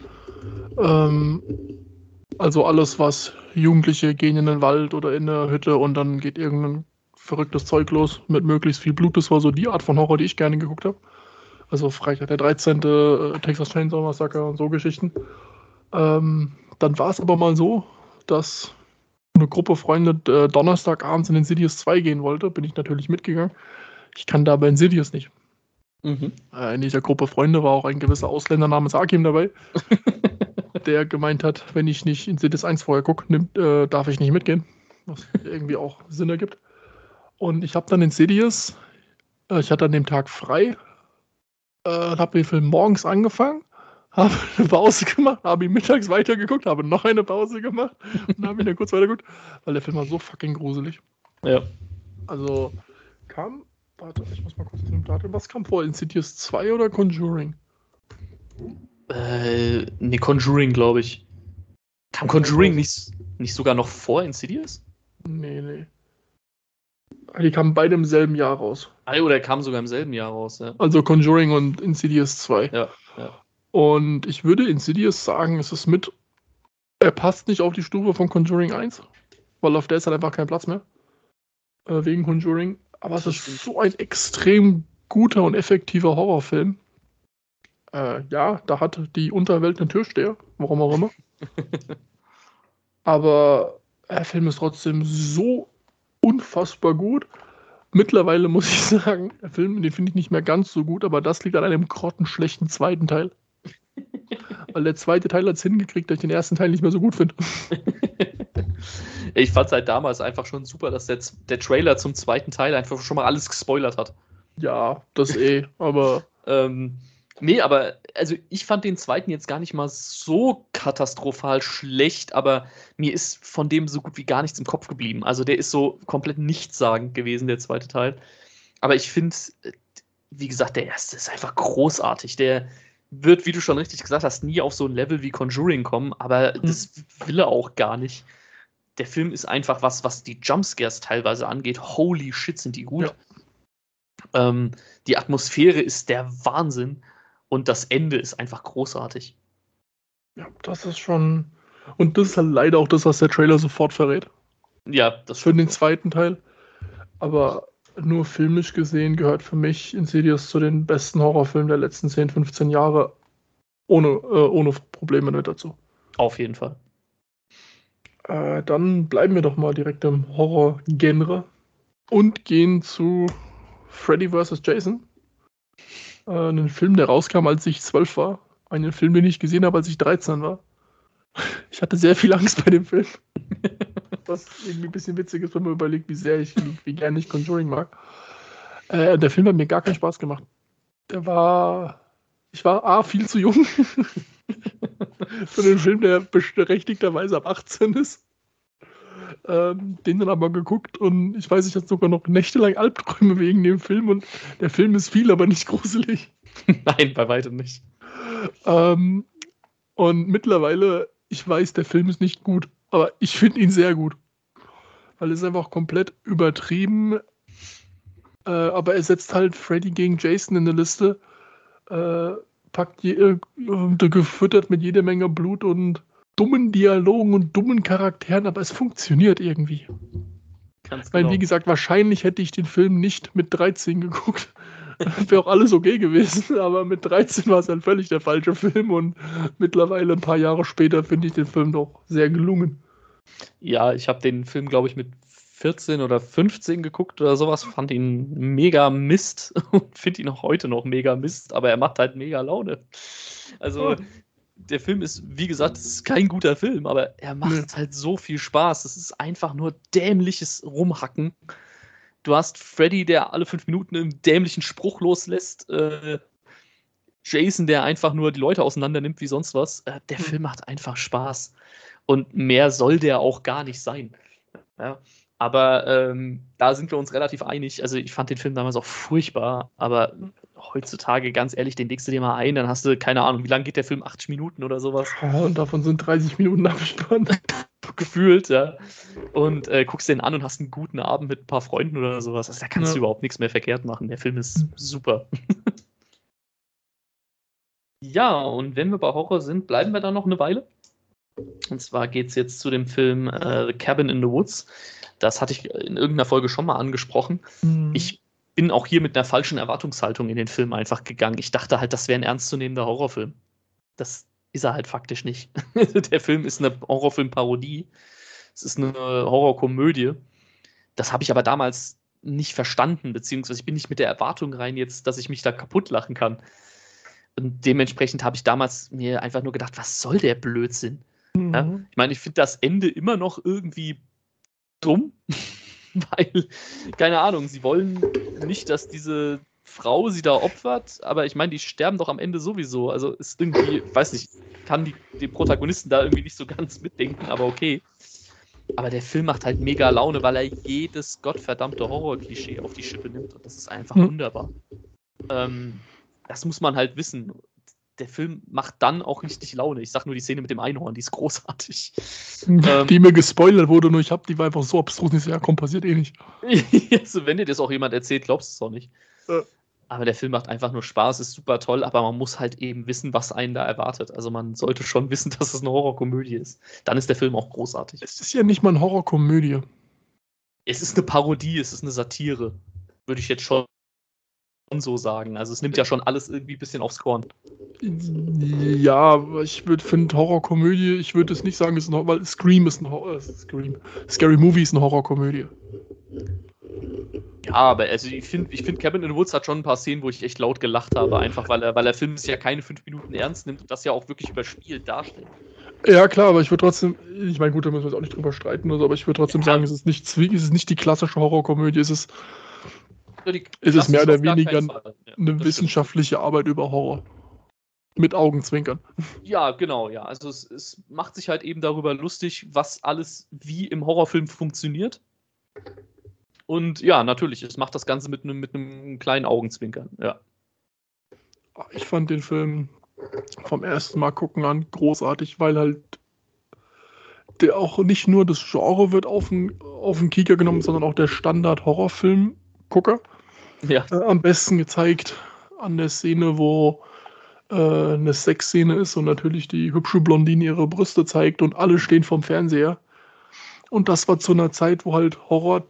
Also alles, was Jugendliche gehen in den Wald oder in eine Hütte und dann geht irgendein verrücktes Zeug los mit möglichst viel Blut. Das war so die Art von Horror, die ich gerne geguckt habe. Also Freitag der 13., Texas Chainsaw Massacre und so Geschichten. Dann war es aber mal so, dass eine Gruppe Freunde Donnerstagabends in Insidious 2 gehen wollte. Bin ich natürlich mitgegangen. Ich kann da bei Insidious nicht. In dieser Gruppe Freunde war auch ein gewisser Ausländer namens Akim dabei, der gemeint hat, wenn ich nicht Insidious 1 vorher gucke, darf ich nicht mitgehen. Was irgendwie auch Sinn ergibt. Und ich habe dann Insidious, ich hatte an dem Tag frei, habe den Film morgens angefangen, habe eine Pause gemacht, habe ihn mittags weitergeguckt, habe noch eine Pause gemacht und habe ihn dann kurz weitergeguckt, weil der Film war so fucking gruselig. Ja. Also warte, ich muss mal kurz in dem Datum, was kam vor, Insidious 2 oder Conjuring? Nee, Conjuring, glaube ich. Kam Conjuring nicht sogar noch vor Insidious? Nee. Die kamen beide im selben Jahr raus. Oder kam sogar im selben Jahr raus, ja. Also Conjuring und Insidious 2. Ja. Und ich würde Insidious sagen, er passt nicht auf die Stufe von Conjuring 1, weil auf der ist halt einfach kein Platz mehr. Wegen Conjuring. Aber es ist so ein extrem guter und effektiver Horrorfilm. Ja, da hat die Unterwelt einen Türsteher, warum auch immer. Aber der Film ist trotzdem so unfassbar gut. Mittlerweile muss ich sagen, der Film, den finde ich nicht mehr ganz so gut, aber das liegt an einem grottenschlechten zweiten Teil. Weil der zweite Teil hat es hingekriegt, dass ich den ersten Teil nicht mehr so gut finde. Ich fand es halt damals einfach schon super, dass der Trailer zum zweiten Teil einfach schon mal alles gespoilert hat. Ja, das aber... Nee, aber also ich fand den zweiten jetzt gar nicht mal so katastrophal schlecht, aber mir ist von dem so gut wie gar nichts im Kopf geblieben. Also der ist so komplett nichtssagend gewesen, der zweite Teil. Aber ich finde, wie gesagt, der erste ist einfach großartig. Der wird, wie du schon richtig gesagt hast, nie auf so ein Level wie Conjuring kommen, aber das will er auch gar nicht. Der Film ist einfach was die Jumpscares teilweise angeht. Holy shit, sind die gut. Ja. Die Atmosphäre ist der Wahnsinn und das Ende ist einfach großartig. Ja, das ist schon. Und das ist halt leider auch das, was der Trailer sofort verrät. Ja, das für den zweiten Teil. Aber nur filmisch gesehen gehört für mich Insidious zu den besten Horrorfilmen der letzten 10, 15 Jahre. Ohne Probleme mit dazu. Auf jeden Fall. Dann bleiben wir doch mal direkt im Horror-Genre und gehen zu Freddy vs. Jason. Einen Film, der rauskam, als ich 12 war. Einen Film, den ich gesehen habe, als ich 13 war. Ich hatte sehr viel Angst bei dem Film. Was irgendwie ein bisschen witzig ist, wenn man überlegt, wie gerne ich Conjuring mag. Der Film hat mir gar keinen Spaß gemacht. Ich war viel zu jung für den Film, der berechtigterweise ab 18 ist. Den dann aber geguckt und ich weiß, ich hatte sogar noch nächtelang Albträume wegen dem Film und der Film ist viel, aber nicht gruselig. Nein, bei weitem nicht. Und mittlerweile, ich weiß, der Film ist nicht gut, aber ich finde ihn sehr gut. Weil es einfach komplett übertrieben, aber er setzt halt Freddy gegen Jason in eine Liste, gefüttert mit jede Menge Blut und dummen Dialogen und dummen Charakteren, aber es funktioniert irgendwie. Ganz genau. Wie gesagt, wahrscheinlich hätte ich den Film nicht mit 13 geguckt. Wäre auch alles okay gewesen, aber mit 13 war es dann völlig der falsche Film und mittlerweile ein paar Jahre später finde ich den Film doch sehr gelungen. Ja, ich habe den Film, glaube ich, mit 14 oder 15 geguckt oder sowas, fand ihn mega Mist und finde ihn auch heute noch mega Mist, aber er macht halt mega Laune. Also der Film ist, wie gesagt, es ist kein guter Film, aber er macht halt so viel Spaß. Es ist einfach nur dämliches Rumhacken. Du hast Freddy, der alle 5 Minuten einen dämlichen Spruch loslässt. Jason, der einfach nur die Leute auseinander nimmt wie sonst was. Der Film macht einfach Spaß. Und mehr soll der auch gar nicht sein. Ja. Aber da sind wir uns relativ einig. Also ich fand den Film damals auch furchtbar, aber heutzutage, ganz ehrlich, den legst du dir mal ein, dann hast du, keine Ahnung, wie lange geht der Film? 80 Minuten oder sowas? Ja, und davon sind 30 Minuten abgespannt. Gefühlt, ja. Und guckst den an und hast einen guten Abend mit ein paar Freunden oder sowas. Also da kannst du überhaupt nichts mehr verkehrt machen. Der Film ist super. Ja, und wenn wir bei Horror sind, bleiben wir da noch eine Weile. Und zwar geht es jetzt zu dem Film The Cabin in the Woods. Das hatte ich in irgendeiner Folge schon mal angesprochen. Ich bin auch hier mit einer falschen Erwartungshaltung in den Film einfach gegangen. Ich dachte halt, das wäre ein ernstzunehmender Horrorfilm. Das ist er halt faktisch nicht. Der Film ist eine Horrorfilm-Parodie. Es ist eine Horrorkomödie. Das habe ich aber damals nicht verstanden, beziehungsweise ich bin nicht mit der Erwartung rein jetzt, dass ich mich da kaputt lachen kann. Und dementsprechend habe ich damals mir einfach nur gedacht, was soll der Blödsinn? Ja? Ich meine, ich finde das Ende immer noch irgendwie dumm, weil, keine Ahnung, sie wollen nicht, dass diese Frau sie da opfert, aber ich meine, die sterben doch am Ende sowieso. Also ist irgendwie, weiß nicht, kann die Protagonisten da irgendwie nicht so ganz mitdenken, aber okay. Aber der Film macht halt mega Laune, weil er jedes gottverdammte Horror-Klischee auf die Schippe nimmt und das ist einfach wunderbar. Das muss man halt wissen. Der Film macht dann auch richtig Laune. Ich sag nur die Szene mit dem Einhorn, die ist großartig. Die mir gespoilert wurde, nur die war einfach so abstrus. Ja, komm, passiert eh nicht. Also, wenn dir das auch jemand erzählt, glaubst du es auch nicht. Aber der Film macht einfach nur Spaß, ist super toll, aber man muss halt eben wissen, was einen da erwartet. Also man sollte schon wissen, dass es eine Horrorkomödie ist. Dann ist der Film auch großartig. Es ist ja nicht mal eine Horrorkomödie. Es ist eine Parodie, es ist eine Satire. Würde ich jetzt schon so sagen. Also es nimmt ja schon alles irgendwie ein bisschen aufs Korn. Ja, ich finde Horrorkomödie, ich würde es nicht sagen, weil Scream ist Scary Movie ist eine Horrorkomödie. Ja, aber also ich finde Cabin in the Woods hat schon ein paar Szenen, wo ich echt laut gelacht habe, einfach weil der Film es ja keine 5 Minuten ernst nimmt und das ja auch wirklich überspielt darstellt. Ja, klar, aber ich würde trotzdem, ich meine, gut, da müssen wir jetzt auch nicht drüber streiten, aber ich würde trotzdem sagen, es ist nicht die klassische Horrorkomödie, es ist mehr oder weniger eine wissenschaftliche Arbeit über Horror. Mit Augenzwinkern. Ja, genau, ja. Also es macht sich halt eben darüber lustig, was alles wie im Horrorfilm funktioniert. Und ja, natürlich, es macht das Ganze mit einem kleinen Augenzwinkern, ja. Ich fand den Film vom ersten Mal gucken an großartig, weil halt der auch nicht nur das Genre wird auf den Kieker genommen, sondern auch der Standard-Horrorfilm-Gucker. Ja. Am besten gezeigt an der Szene, wo eine Sexszene ist und natürlich die hübsche Blondine ihre Brüste zeigt und alle stehen vorm Fernseher. Und das war zu einer Zeit, wo halt Horror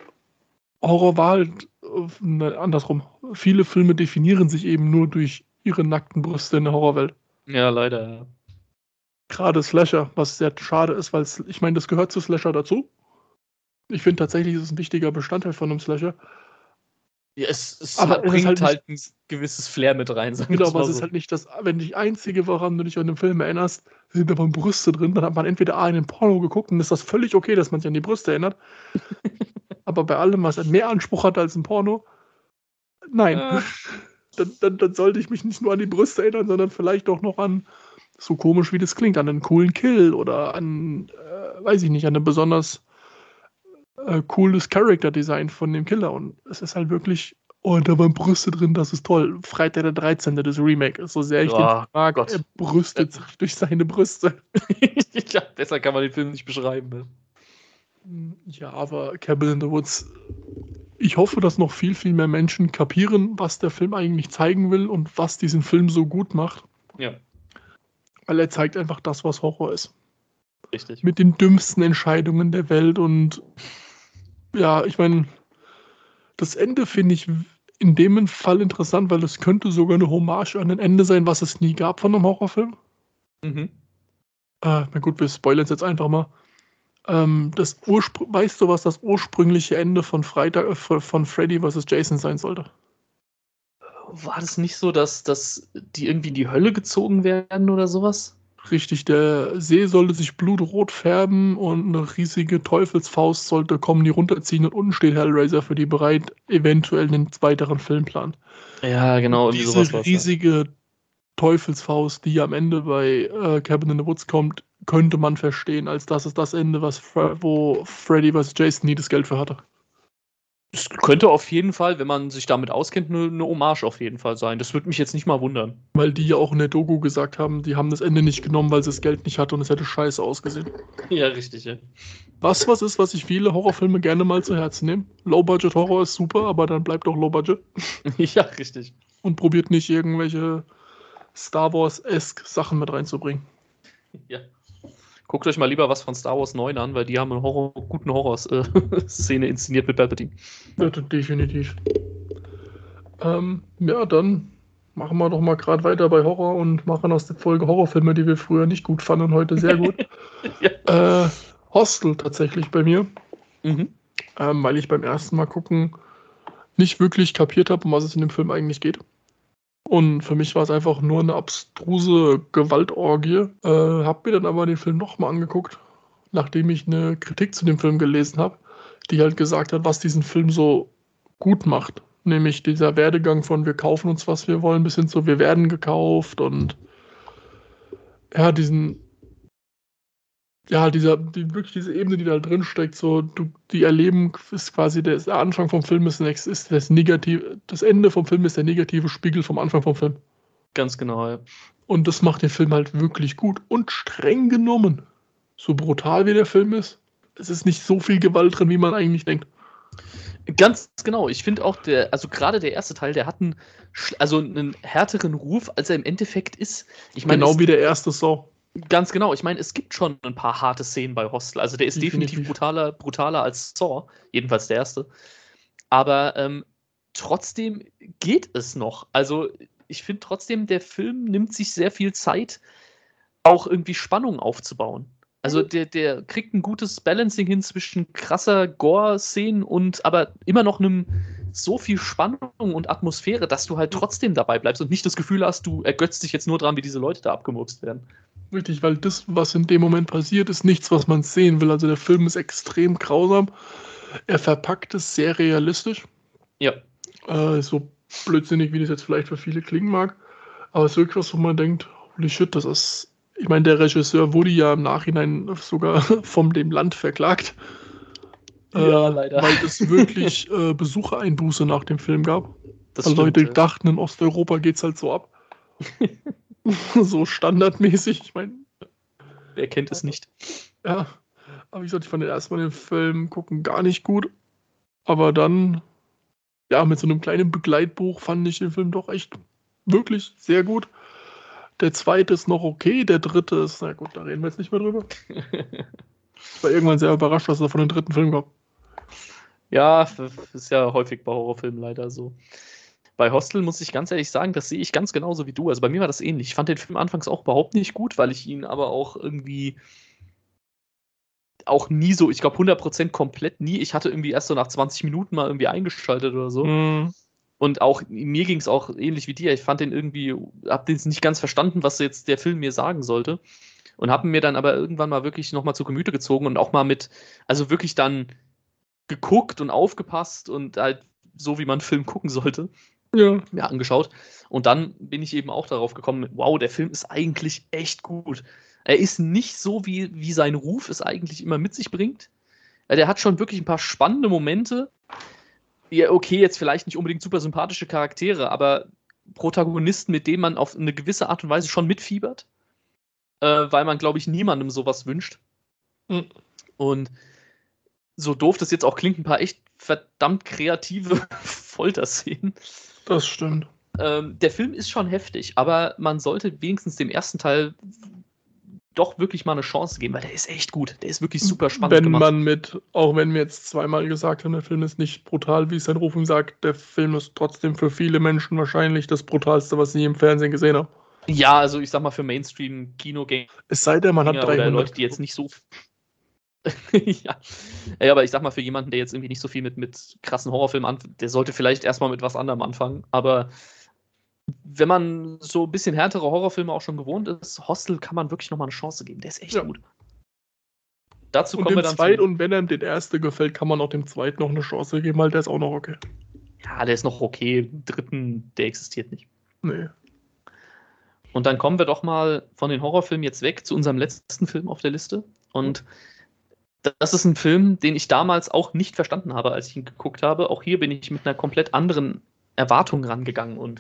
war halt andersrum. Viele Filme definieren sich eben nur durch ihre nackten Brüste in der Horrorwelt. Ja, leider, ja. Gerade Slasher, was sehr schade ist, weil ich meine, das gehört zu Slasher dazu. Ich finde tatsächlich, ist es ein wichtiger Bestandteil von einem Slasher. Ja, es Aber es ist bringt halt halt nicht, ein gewisses Flair mit rein, sagen wir genau, es aber mal es ist so. halt nicht das, wenn die einzige, woran du dich an dem Film erinnerst, sind aber Brüste drin, dann hat man entweder einen Porno geguckt und ist das völlig okay, dass man sich an die Brüste erinnert. Aber bei allem, was mehr Anspruch hat als ein Porno, nein. Äh, Dann sollte ich mich nicht nur an die Brüste erinnern, sondern vielleicht auch noch an, so komisch wie das klingt, an einen coolen Kill oder an, weiß ich nicht, an ein besonders cooles Character-Design von dem Killer. Und es ist halt wirklich, oh, da waren Brüste drin, das ist toll. Freitag der 13. das Remake. So sehr ich den oh mag, er Gott. brüstet sich durch seine Brüste. Ja, besser kann man den Film nicht beschreiben. Ne? Ja, aber Cabin in the Woods, ich hoffe, dass noch viel, viel mehr Menschen kapieren, was der Film eigentlich zeigen will und was diesen Film so gut macht. Ja, Weil er zeigt einfach das, was Horror ist. richtig. Mit den dümmsten Entscheidungen der Welt. Und ja, ich meine, das Ende finde ich in dem Fall interessant, weil es könnte sogar eine Hommage an ein Ende sein, was es nie gab von einem Horrorfilm. Mhm. Na gut, wir spoilern es jetzt einfach mal. Weißt du, was das ursprüngliche Ende von von Freddy vs. Jason sein sollte? War das nicht so, dass die irgendwie in die Hölle gezogen werden oder sowas? Richtig, der See sollte sich blutrot färben und eine riesige Teufelsfaust sollte kommen, die runterziehen und unten steht Hellraiser für die bereit, eventuell einen weiteren Filmplan. Ja, genau, irgendwie sowas Diese war es. riesige Teufelsfaust, die am Ende bei Cabin in the Woods kommt, könnte man verstehen, als das ist das Ende, wo Freddy vs. Jason nie das Geld für hatte. Es könnte auf jeden Fall, wenn man sich damit auskennt, eine Hommage auf jeden Fall sein. Das würde mich jetzt nicht mal wundern. Weil die ja auch in der Doku gesagt haben, die haben das Ende nicht genommen, weil sie das Geld nicht hatte und es hätte scheiße ausgesehen. Ja, richtig, ja. Was ist, was sich viele Horrorfilme gerne mal zu Herzen nehmen. Low-Budget-Horror ist super, aber dann bleibt auch Low-Budget. Ja, richtig. Und probiert nicht irgendwelche Star Wars-esque Sachen mit reinzubringen. Ja. Guckt euch mal lieber was von Star Wars 9 an, weil die haben eine guten Horror-Szene inszeniert mit Palpatine. Ja, definitiv. Ja, dann machen wir doch mal gerade weiter bei Horror und machen aus der Folge Horrorfilme, die wir früher nicht gut fanden, heute sehr gut. Ja. Hostel tatsächlich bei mir. Mhm. Weil ich beim ersten Mal gucken nicht wirklich kapiert habe, um was es in dem Film eigentlich geht. Und für mich war es einfach nur eine abstruse Gewaltorgie. Hab mir dann aber den Film nochmal angeguckt, nachdem ich eine Kritik zu dem Film gelesen habe, die halt gesagt hat, was diesen Film so gut macht. Nämlich dieser Werdegang von wir kaufen uns, was wir wollen, bis hin zu wir werden gekauft und ja, wirklich diese Ebene, die da drin steckt, so, die erleben, ist quasi der Anfang vom Film ist das Negative, das Ende vom Film ist der negative Spiegel vom Anfang vom Film. Ganz genau, ja. Und das macht den Film halt wirklich gut und streng genommen. So brutal wie der Film ist, es ist nicht so viel Gewalt drin, wie man eigentlich denkt. Ganz genau. Ich finde auch, also gerade der erste Teil, der hat einen härteren Ruf, als er im Endeffekt ist. Ich meine, Genau wie der erste Saw. Ganz genau. Ich meine, es gibt schon ein paar harte Szenen bei Hostel. Also der ist definitiv brutaler als Saw. Jedenfalls der erste. Aber trotzdem geht es noch. Also ich finde trotzdem, der Film nimmt sich sehr viel Zeit, auch irgendwie Spannung aufzubauen. Also der kriegt ein gutes Balancing hin zwischen krasser Gore-Szenen und aber immer noch einem so viel Spannung und Atmosphäre, dass du halt trotzdem dabei bleibst und nicht das Gefühl hast, du ergötzt dich jetzt nur dran, wie diese Leute da abgemurkst werden. Richtig, weil das, was in dem Moment passiert, ist nichts, was man sehen will. Also der Film ist extrem grausam. Er verpackt es sehr realistisch. Ja. So blödsinnig, wie das jetzt vielleicht für viele klingen mag. Aber es ist wirklich was, wo man denkt, holy shit, das ist. Ich meine, der Regisseur wurde ja im Nachhinein sogar vom dem Land verklagt. Ja, leider. Weil es wirklich Besuchereinbuße nach dem Film gab. Das Weil stimmt, Leute ja. dachten, in Osteuropa geht's halt so ab. So standardmäßig. Ich meine, Wer kennt es nicht? ja. Aber wie gesagt, ich fand erstmal den Film gucken gar nicht gut. Aber dann, ja, mit so einem kleinen Begleitbuch fand ich den Film doch echt wirklich sehr gut. Der zweite ist noch okay, der dritte ist, na gut, da reden wir jetzt nicht mehr drüber. Ich war irgendwann sehr überrascht, was es da von dem dritten Film gab. Ja, ist ja häufig bei Horrorfilmen leider so. Bei Hostel muss ich ganz ehrlich sagen, das sehe ich ganz genauso wie du. Also bei mir war das ähnlich. Ich fand den Film anfangs auch überhaupt nicht gut, weil ich ihn aber auch irgendwie auch nie so, ich glaube 100% komplett nie. Ich hatte irgendwie erst so nach 20 Minuten mal irgendwie eingeschaltet oder so. Und auch mir ging es auch ähnlich wie dir. Ich fand den irgendwie, hab den nicht ganz verstanden, was jetzt der Film mir sagen sollte. Und habe mir dann aber irgendwann mal wirklich nochmal zu Gemüte gezogen und auch mal also wirklich dann geguckt und aufgepasst und halt so, wie man einen Film gucken sollte, Ja. mir angeschaut. Und dann bin ich eben auch darauf gekommen, wow, der Film ist eigentlich echt gut. Er ist nicht so, wie sein Ruf es eigentlich immer mit sich bringt. Der hat schon wirklich ein paar spannende Momente. Ja, okay, jetzt vielleicht nicht unbedingt super sympathische Charaktere, aber Protagonisten, mit denen man auf eine gewisse Art und Weise schon mitfiebert, weil man, glaube ich, niemandem sowas wünscht. Mhm. Und so doof das jetzt auch klingt, ein paar echt verdammt kreative Folterszenen. Das stimmt. Der Film ist schon heftig, aber man sollte wenigstens dem ersten Teil doch wirklich mal eine Chance geben, weil der ist echt gut. Der ist wirklich super spannend gemacht. Auch wenn wir jetzt zweimal gesagt haben, der Film ist nicht brutal, wie es sein Ruf ihm sagt, der Film ist trotzdem für viele Menschen wahrscheinlich das Brutalste, was sie im Fernsehen gesehen haben. Ja, also ich sag mal für Mainstream-Kinogänger. Es sei denn, man hat 300. Oder Leute, die jetzt nicht so... ja, aber ich sag mal, für jemanden, der jetzt irgendwie nicht so viel mit krassen Horrorfilmen anfängt, der sollte vielleicht erstmal mit was anderem anfangen. Aber wenn man so ein bisschen härtere Horrorfilme auch schon gewohnt ist, Hostel kann man wirklich nochmal eine Chance geben. Der ist echt gut. Dazu kommen wir dann und wenn einem den ersten gefällt, kann man auch dem zweiten noch eine Chance geben, weil der ist auch noch okay. Ja, der ist noch okay. Den dritten, der existiert nicht. Nee. Und dann kommen wir doch mal von den Horrorfilmen jetzt weg zu unserem letzten Film auf der Liste. Und das ist ein Film, den ich damals auch nicht verstanden habe, als ich ihn geguckt habe. Auch hier bin ich mit einer komplett anderen Erwartung rangegangen und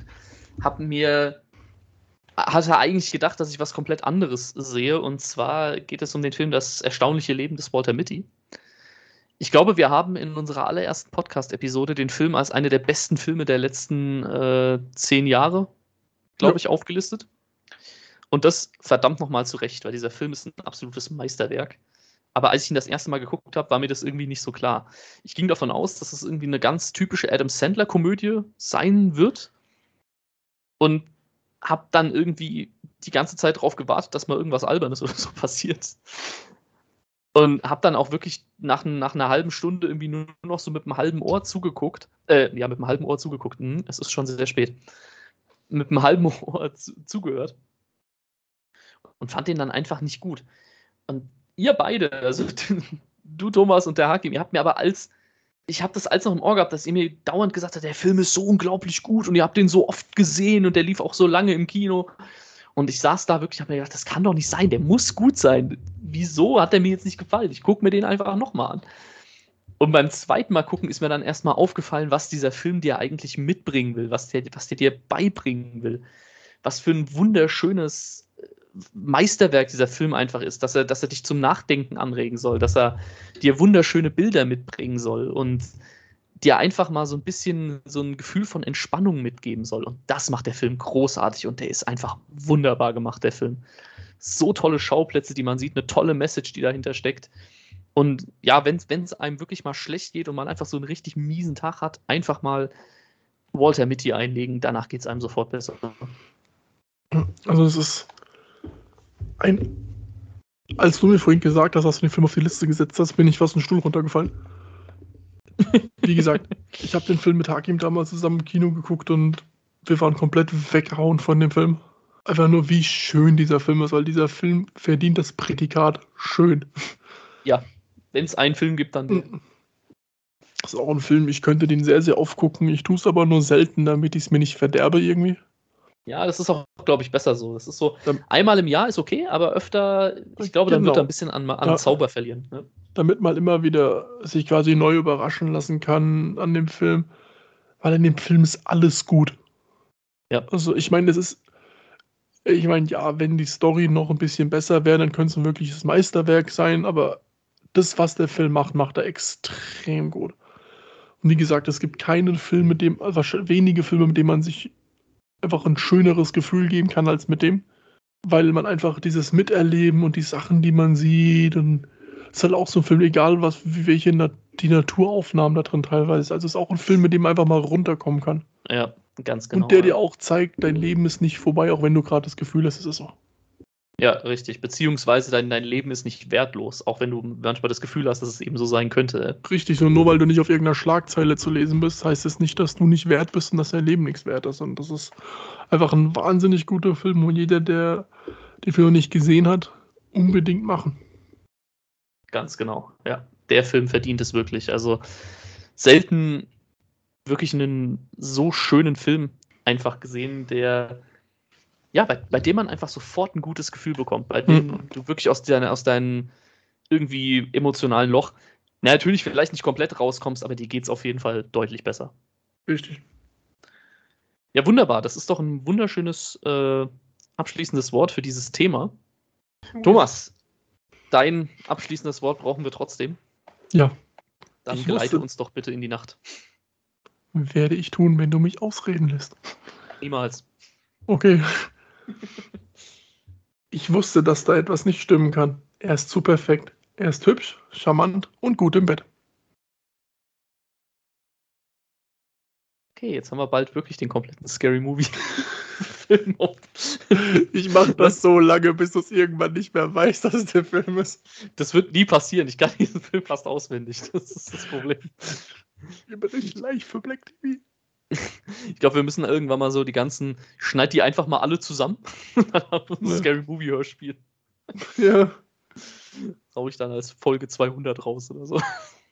hatte eigentlich gedacht, dass ich was komplett anderes sehe. Und zwar geht es um den Film Das erstaunliche Leben des Walter Mitty. Ich glaube, wir haben in unserer allerersten Podcast-Episode den Film als eine der besten Filme der letzten 10 Jahre, glaube ich, aufgelistet. Und das verdammt nochmal zurecht, weil dieser Film ist ein absolutes Meisterwerk. Aber als ich ihn das erste Mal geguckt habe, war mir das irgendwie nicht so klar. Ich ging davon aus, dass es irgendwie eine ganz typische Adam Sandler-Komödie sein wird. Und habe dann irgendwie die ganze Zeit darauf gewartet, dass mal irgendwas Albernes oder so passiert. Und habe dann auch wirklich nach einer halben Stunde irgendwie nur noch so mit einem halben Ohr zugeguckt. Mit einem halben Ohr zugeguckt. Es ist schon sehr spät. Mit einem halben Ohr zugehört. Und fand den dann einfach nicht gut. Und ihr beide, also du Thomas und der Hakim, ihr habt mir aber ich habe das als noch im Ohr gehabt, dass ihr mir dauernd gesagt habt, der Film ist so unglaublich gut und ihr habt den so oft gesehen und der lief auch so lange im Kino. Und ich saß da wirklich, habe mir gedacht, das kann doch nicht sein, der muss gut sein. Wieso hat der mir jetzt nicht gefallen? Ich gucke mir den einfach nochmal an. Und beim zweiten Mal gucken ist mir dann erstmal aufgefallen, was dieser Film dir eigentlich mitbringen will, was der dir beibringen will. Was für ein wunderschönes Meisterwerk dieser Film einfach ist, dass er dich zum Nachdenken anregen soll, dass er dir wunderschöne Bilder mitbringen soll und dir einfach mal so ein bisschen so ein Gefühl von Entspannung mitgeben soll. Und das macht der Film großartig und der ist einfach wunderbar gemacht, der Film. So tolle Schauplätze, die man sieht, eine tolle Message, die dahinter steckt. Und ja, wenn es einem wirklich mal schlecht geht und man einfach so einen richtig miesen Tag hat, einfach mal Walter Mitty einlegen, danach geht es einem sofort besser. Also es ist als du mir vorhin gesagt hast, dass du den Film auf die Liste gesetzt hast, bin ich fast einen Stuhl runtergefallen. Wie gesagt, ich habe den Film mit Hakim damals zusammen im Kino geguckt und wir waren komplett weggehauen von dem Film. Einfach nur, wie schön dieser Film ist, weil dieser Film verdient das Prädikat schön. Ja, wenn es einen Film gibt, dann der. Das ist auch ein Film, ich könnte den sehr, sehr oft gucken. Ich tue es aber nur selten, damit ich es mir nicht verderbe irgendwie. Ja, das ist auch, glaube ich, besser so. Das ist so, einmal im Jahr ist okay, aber öfter, ich glaube, dann wird er ein bisschen an Zauber verlieren. Ne? Damit man immer wieder sich quasi neu überraschen lassen kann an dem Film. Weil in dem Film ist alles gut. Ja. Also ich meine, ja, wenn die Story noch ein bisschen besser wäre, dann könnte es ein wirkliches Meisterwerk sein, aber das, was der Film macht, macht er extrem gut. Und wie gesagt, es gibt keinen Film, wenige Filme, mit denen man sich einfach ein schöneres Gefühl geben kann als mit dem. Weil man einfach dieses Miterleben und die Sachen, die man sieht, und es ist halt auch so ein Film, egal welche die Naturaufnahmen da drin teilweise. Also es ist auch ein Film, mit dem man einfach mal runterkommen kann. Ja, ganz genau. Und der dir auch zeigt, dein Leben ist nicht vorbei, auch wenn du gerade das Gefühl hast, es ist so. Ja, richtig. Beziehungsweise dein Leben ist nicht wertlos, auch wenn du manchmal das Gefühl hast, dass es eben so sein könnte. Richtig, und nur weil du nicht auf irgendeiner Schlagzeile zu lesen bist, heißt es nicht, dass du nicht wert bist und dass dein Leben nichts wert ist. Und das ist einfach ein wahnsinnig guter Film, und jeder, der den Film noch nicht gesehen hat, unbedingt machen. Ganz genau, ja. Der Film verdient es wirklich. Also selten wirklich einen so schönen Film einfach gesehen, der bei dem man einfach sofort ein gutes Gefühl bekommt, bei dem du wirklich aus deinem irgendwie emotionalen Loch, natürlich vielleicht nicht komplett rauskommst, aber dir geht's auf jeden Fall deutlich besser. Richtig. Ja, wunderbar. Das ist doch ein wunderschönes abschließendes Wort für dieses Thema. Thomas, dein abschließendes Wort brauchen wir trotzdem. Ja. Dann geleite uns doch bitte in die Nacht. Werde ich tun, wenn du mich ausreden lässt. Niemals. Okay. Ich wusste, dass da etwas nicht stimmen kann. Er ist zu perfekt. Er ist hübsch, charmant und gut im Bett. Okay, jetzt haben wir bald wirklich den kompletten Scary Movie-Film. Ich mache das so lange, bis du es irgendwann nicht mehr weißt, dass es der Film ist. Das wird nie passieren. Ich kann diesen Film fast auswendig. Das ist das Problem. Über den Schleich für Black TV. Ich glaube, wir müssen irgendwann mal so schneid die einfach mal alle zusammen. Dann haben wir ein Scary Movie Hörspiel. Ja. Hau ich dann als Folge 200 raus oder so.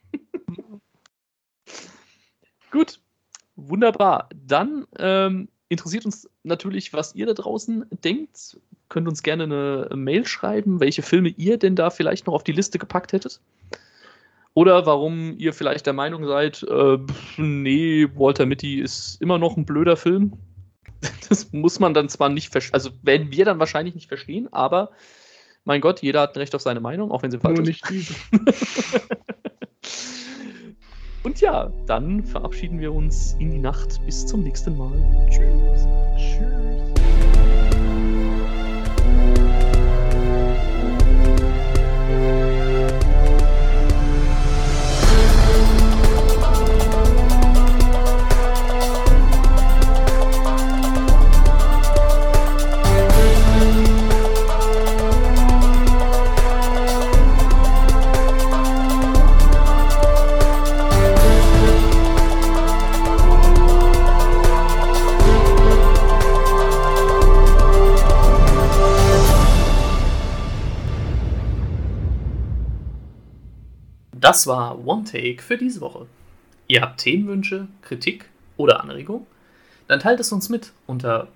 Gut. Wunderbar. Dann interessiert uns natürlich, was ihr da draußen denkt. Könnt uns gerne eine Mail schreiben, welche Filme ihr denn da vielleicht noch auf die Liste gepackt hättet. Oder warum ihr vielleicht der Meinung seid, nee, Walter Mitty ist immer noch ein blöder Film. Das muss man dann zwar nicht verstehen, also werden wir dann wahrscheinlich nicht verstehen, aber mein Gott, jeder hat ein Recht auf seine Meinung, auch wenn sie falsch ist. Nicht diese. Und ja, dann verabschieden wir uns in die Nacht. Bis zum nächsten Mal. Tschüss. Tschüss. Das war One Take für diese Woche. Ihr habt Themenwünsche, Kritik oder Anregungen? Dann teilt es uns mit unter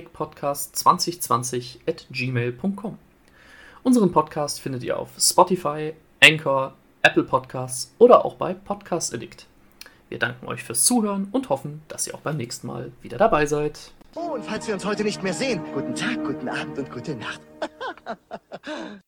onetakepodcast2020@gmail.com. Unseren Podcast findet ihr auf Spotify, Anchor, Apple Podcasts oder auch bei Podcast Addict. Wir danken euch fürs Zuhören und hoffen, dass ihr auch beim nächsten Mal wieder dabei seid. Oh, und falls wir uns heute nicht mehr sehen, guten Tag, guten Abend und gute Nacht.